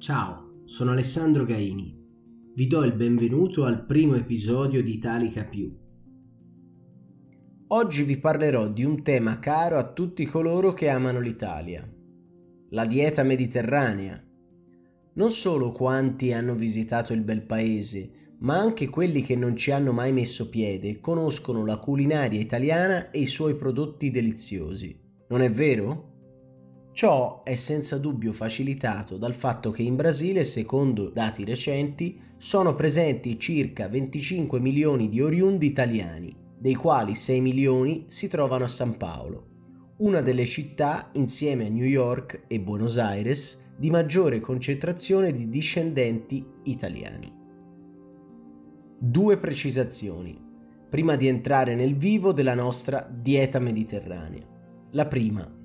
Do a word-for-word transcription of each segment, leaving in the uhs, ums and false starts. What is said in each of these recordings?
Ciao, sono Alessandro Gaini. Vi do il benvenuto al primo episodio di Italica Più. Oggi vi parlerò di un tema caro a tutti coloro che amano l'Italia: la dieta mediterranea. Non solo quanti hanno visitato il bel paese, ma anche quelli che non ci hanno mai messo piede conoscono la culinaria italiana e i suoi prodotti deliziosi. Non è vero? Ciò è senza dubbio facilitato dal fatto che in Brasile, secondo dati recenti, sono presenti circa venticinque milioni di oriundi italiani, dei quali sei milioni si trovano a San Paolo, una delle città, insieme a New York e Buenos Aires, di maggiore concentrazione di discendenti italiani. Due precisazioni, prima di entrare nel vivo della nostra dieta mediterranea. La prima: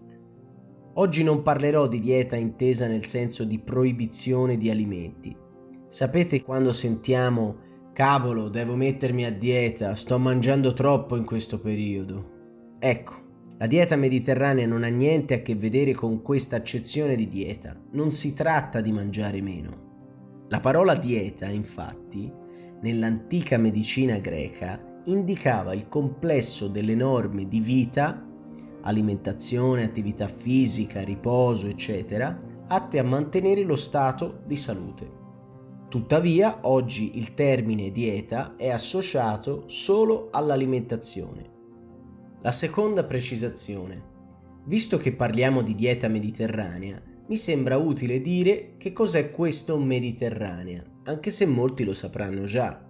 oggi non parlerò di dieta intesa nel senso di proibizione di alimenti. Sapete quando sentiamo «cavolo, devo mettermi a dieta, sto mangiando troppo in questo periodo». Ecco, la dieta mediterranea non ha niente a che vedere con questa accezione di dieta, non si tratta di mangiare meno. La parola dieta, infatti, nell'antica medicina greca, indicava il complesso delle norme di vita, alimentazione, attività fisica, riposo, eccetera, atte a mantenere lo stato di salute. Tuttavia, oggi il termine dieta è associato solo all'alimentazione. La seconda precisazione: visto che parliamo di dieta mediterranea, mi sembra utile dire che cos'è questo Mediterranea, anche se molti lo sapranno già.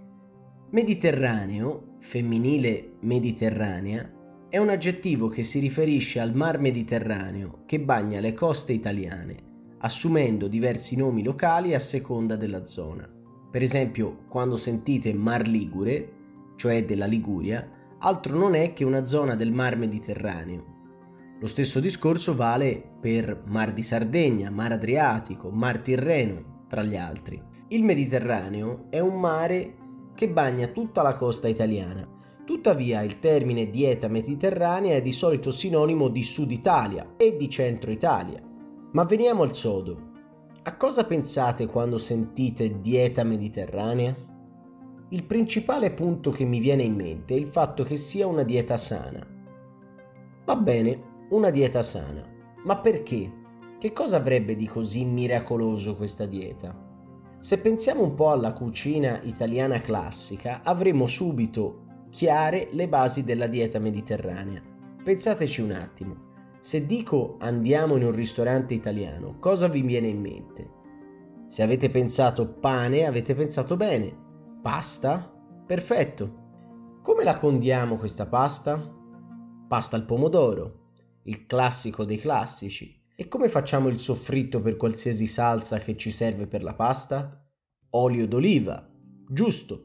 Mediterraneo, femminile Mediterranea, è un aggettivo che si riferisce al Mar Mediterraneo che bagna le coste italiane, assumendo diversi nomi locali a seconda della zona. Per esempio, quando sentite Mar Ligure, cioè della Liguria, altro non è che una zona del Mar Mediterraneo. Lo stesso discorso vale per Mar di Sardegna, Mar Adriatico, Mar Tirreno, tra gli altri. Il Mediterraneo è un mare che bagna tutta la costa italiana. Tuttavia il termine dieta mediterranea è di solito sinonimo di Sud Italia e di Centro Italia. Ma veniamo al sodo. A cosa pensate quando sentite dieta mediterranea? Il principale punto che mi viene in mente è il fatto che sia una dieta sana. Va bene, una dieta sana. Ma perché? Che cosa avrebbe di così miracoloso questa dieta? Se pensiamo un po' alla cucina italiana classica, avremo subito chiare le basi della dieta mediterranea. Pensateci un attimo. Se dico andiamo in un ristorante italiano, cosa vi viene in mente? Se avete pensato pane, avete pensato bene. Pasta? Perfetto. Come la condiamo questa pasta? Pasta al pomodoro, il classico dei classici. E come facciamo il soffritto per qualsiasi salsa che ci serve per la pasta? Olio d'oliva, giusto.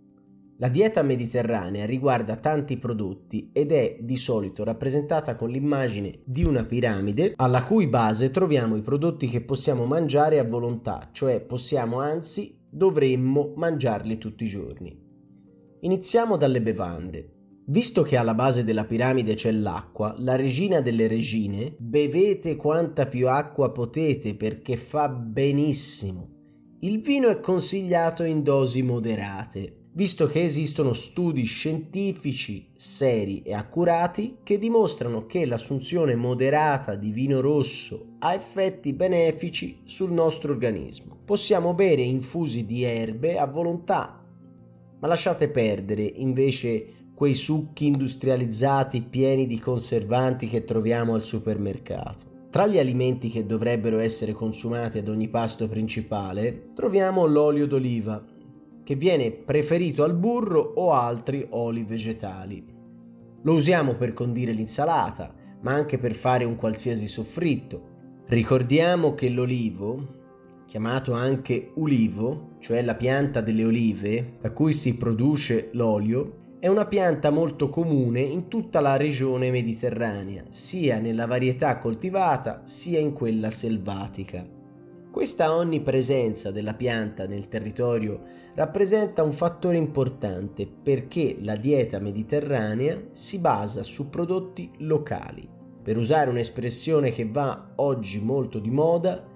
La dieta mediterranea riguarda tanti prodotti ed è di solito rappresentata con l'immagine di una piramide alla cui base troviamo i prodotti che possiamo mangiare a volontà, cioè possiamo, anzi dovremmo mangiarli tutti i giorni. Iniziamo dalle bevande. Visto che alla base della piramide c'è l'acqua, la regina delle regine, bevete quanta più acqua potete perché fa benissimo. Il vino è consigliato in dosi moderate, visto che esistono studi scientifici seri e accurati che dimostrano che l'assunzione moderata di vino rosso ha effetti benefici sul nostro organismo. Possiamo bere infusi di erbe a volontà, ma lasciate perdere invece quei succhi industrializzati pieni di conservanti che troviamo al supermercato. Tra gli alimenti che dovrebbero essere consumati ad ogni pasto principale troviamo l'olio d'oliva, che viene preferito al burro o altri oli vegetali. Lo usiamo per condire l'insalata, ma anche per fare un qualsiasi soffritto. Ricordiamo che l'olivo, chiamato anche ulivo, cioè la pianta delle olive da cui si produce l'olio, è una pianta molto comune in tutta la regione mediterranea, sia nella varietà coltivata sia in quella selvatica. Questa onnipresenza della pianta nel territorio rappresenta un fattore importante perché la dieta mediterranea si basa su prodotti locali. Per usare un'espressione che va oggi molto di moda,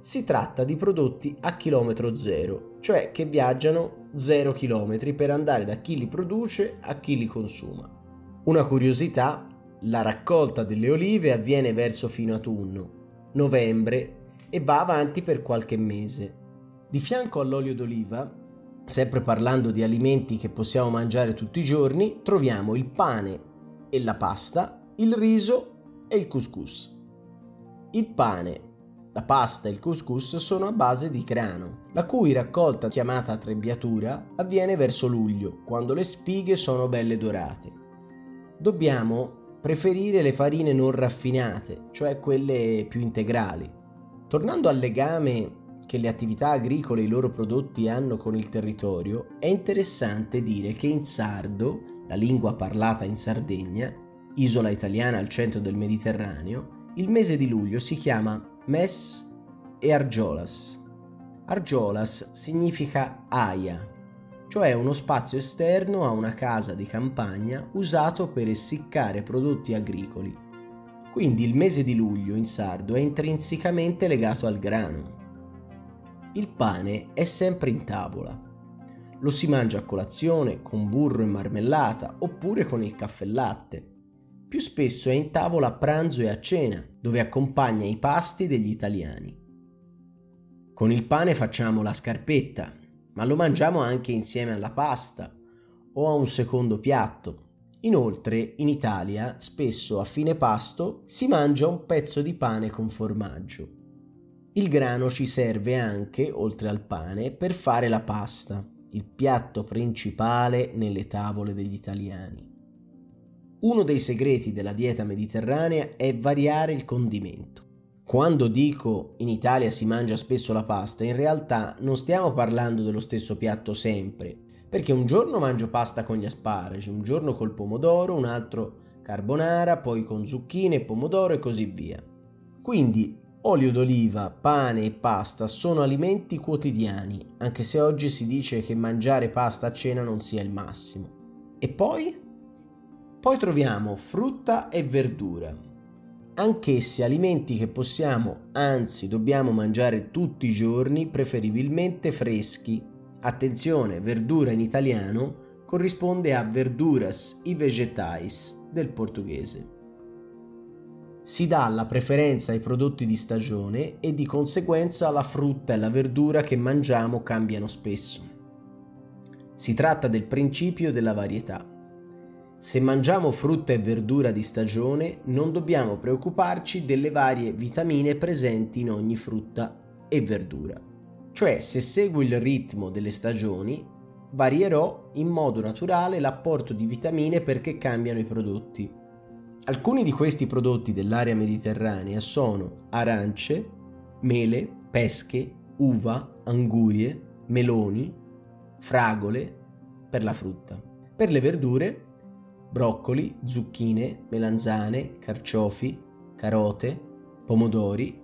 Si tratta di prodotti a chilometro zero, cioè che viaggiano zero chilometri per andare da chi li produce a chi li consuma. Una curiosità: la raccolta delle olive avviene verso fine autunno, novembre, e va avanti per qualche mese. Di fianco all'olio d'oliva, sempre parlando di alimenti che possiamo mangiare tutti i giorni, troviamo il pane e la pasta, il riso e il couscous. Il pane, la pasta e il couscous sono a base di grano, la cui raccolta, chiamata trebbiatura, avviene verso luglio, quando le spighe sono belle dorate. Dobbiamo preferire le farine non raffinate, cioè quelle più integrali. Tornando al legame che le attività agricole e i loro prodotti hanno con il territorio, è interessante dire che in sardo, la lingua parlata in Sardegna, isola italiana al centro del Mediterraneo, il mese di luglio si chiama Mes e Argiolas. Argiolas significa aia, cioè uno spazio esterno a una casa di campagna usato per essiccare prodotti agricoli. Quindi il mese di luglio in sardo è intrinsecamente legato al grano. Il pane è sempre in tavola. Lo si mangia a colazione con burro e marmellata oppure con il caffè latte. Più spesso è in tavola a pranzo e a cena, dove accompagna i pasti degli italiani. Con il pane facciamo la scarpetta, ma lo mangiamo anche insieme alla pasta o a un secondo piatto. Inoltre, in Italia, spesso a fine pasto si mangia un pezzo di pane con formaggio. Il grano ci serve anche, oltre al pane, per fare la pasta, il piatto principale nelle tavole degli italiani. Uno dei segreti della dieta mediterranea è variare il condimento. Quando dico in Italia si mangia spesso la pasta, in realtà non stiamo parlando dello stesso piatto sempre, perché un giorno mangio pasta con gli asparagi, un giorno col pomodoro, un altro carbonara, poi con zucchine e pomodoro e così via. Quindi olio d'oliva, pane e pasta sono alimenti quotidiani, anche se oggi si dice che mangiare pasta a cena non sia il massimo. E poi? Poi troviamo frutta e verdura, anch'essi alimenti che possiamo, anzi dobbiamo mangiare tutti i giorni, preferibilmente freschi. Attenzione, verdura in italiano corrisponde a verduras y vegetais del portoghese. Si dà la preferenza ai prodotti di stagione e di conseguenza la frutta e la verdura che mangiamo cambiano spesso. Si tratta del principio della varietà. Se mangiamo frutta e verdura di stagione, non dobbiamo preoccuparci delle varie vitamine presenti in ogni frutta e verdura. Cioè, se seguo il ritmo delle stagioni, varierò in modo naturale l'apporto di vitamine perché cambiano i prodotti. Alcuni di questi prodotti dell'area mediterranea sono arance, mele, pesche, uva, angurie, meloni, fragole per la frutta. Per le verdure, broccoli, zucchine, melanzane, carciofi, carote, pomodori.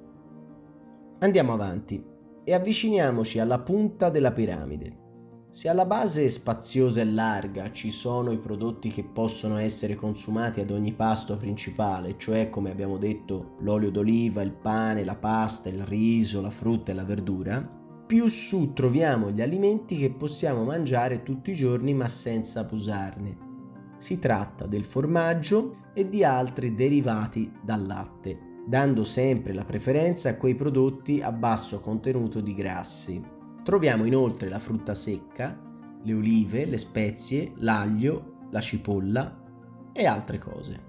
Andiamo avanti e avviciniamoci alla punta della piramide. Se alla base spaziosa e larga ci sono i prodotti che possono essere consumati ad ogni pasto principale, cioè come abbiamo detto l'olio d'oliva, il pane, la pasta, il riso, la frutta e la verdura, più su troviamo gli alimenti che possiamo mangiare tutti i giorni ma senza abusarne. Si tratta del formaggio e di altri derivati dal latte, dando sempre la preferenza a quei prodotti a basso contenuto di grassi. Troviamo inoltre la frutta secca, le olive, le spezie, l'aglio, la cipolla e altre cose.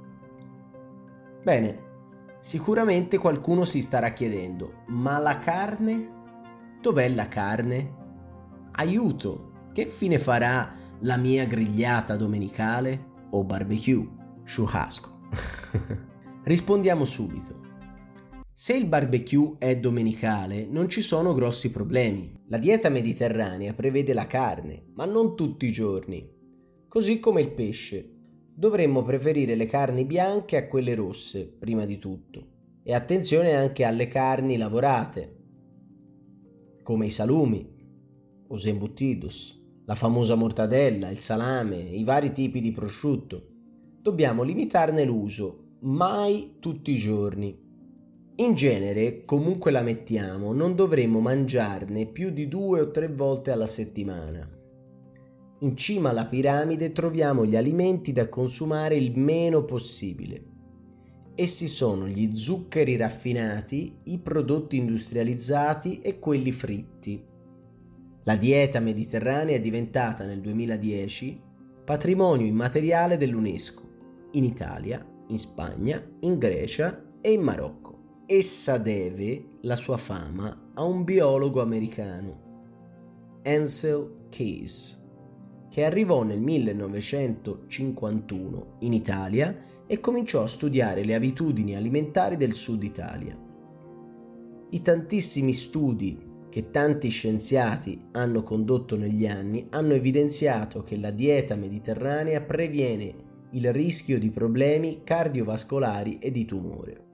Bene, sicuramente qualcuno si starà chiedendo: ma la carne? Dov'è la carne? Aiuto! Che fine farà la mia grigliata domenicale o barbecue, churrasco? Rispondiamo subito. Se il barbecue è domenicale, non ci sono grossi problemi. La dieta mediterranea prevede la carne, ma non tutti i giorni. Così come il pesce. Dovremmo preferire le carni bianche a quelle rosse, prima di tutto. E attenzione anche alle carni lavorate, come i salumi, os embutidos, la famosa mortadella, il salame, i vari tipi di prosciutto. Dobbiamo limitarne l'uso, mai tutti i giorni. In genere, comunque la mettiamo, non dovremmo mangiarne più di due o tre volte alla settimana. In cima alla piramide troviamo gli alimenti da consumare il meno possibile. Essi sono gli zuccheri raffinati, i prodotti industrializzati e quelli fritti. La dieta mediterranea è diventata nel duemiladieci patrimonio immateriale dell'UNESCO, in Italia, in Spagna, in Grecia e in Marocco. Essa deve la sua fama a un biologo americano, Ansel Keys, che arrivò nel millenovecentocinquantuno in Italia e cominciò a studiare le abitudini alimentari del sud Italia. I tantissimi studi che tanti scienziati hanno condotto negli anni hanno evidenziato che la dieta mediterranea previene il rischio di problemi cardiovascolari e di tumore.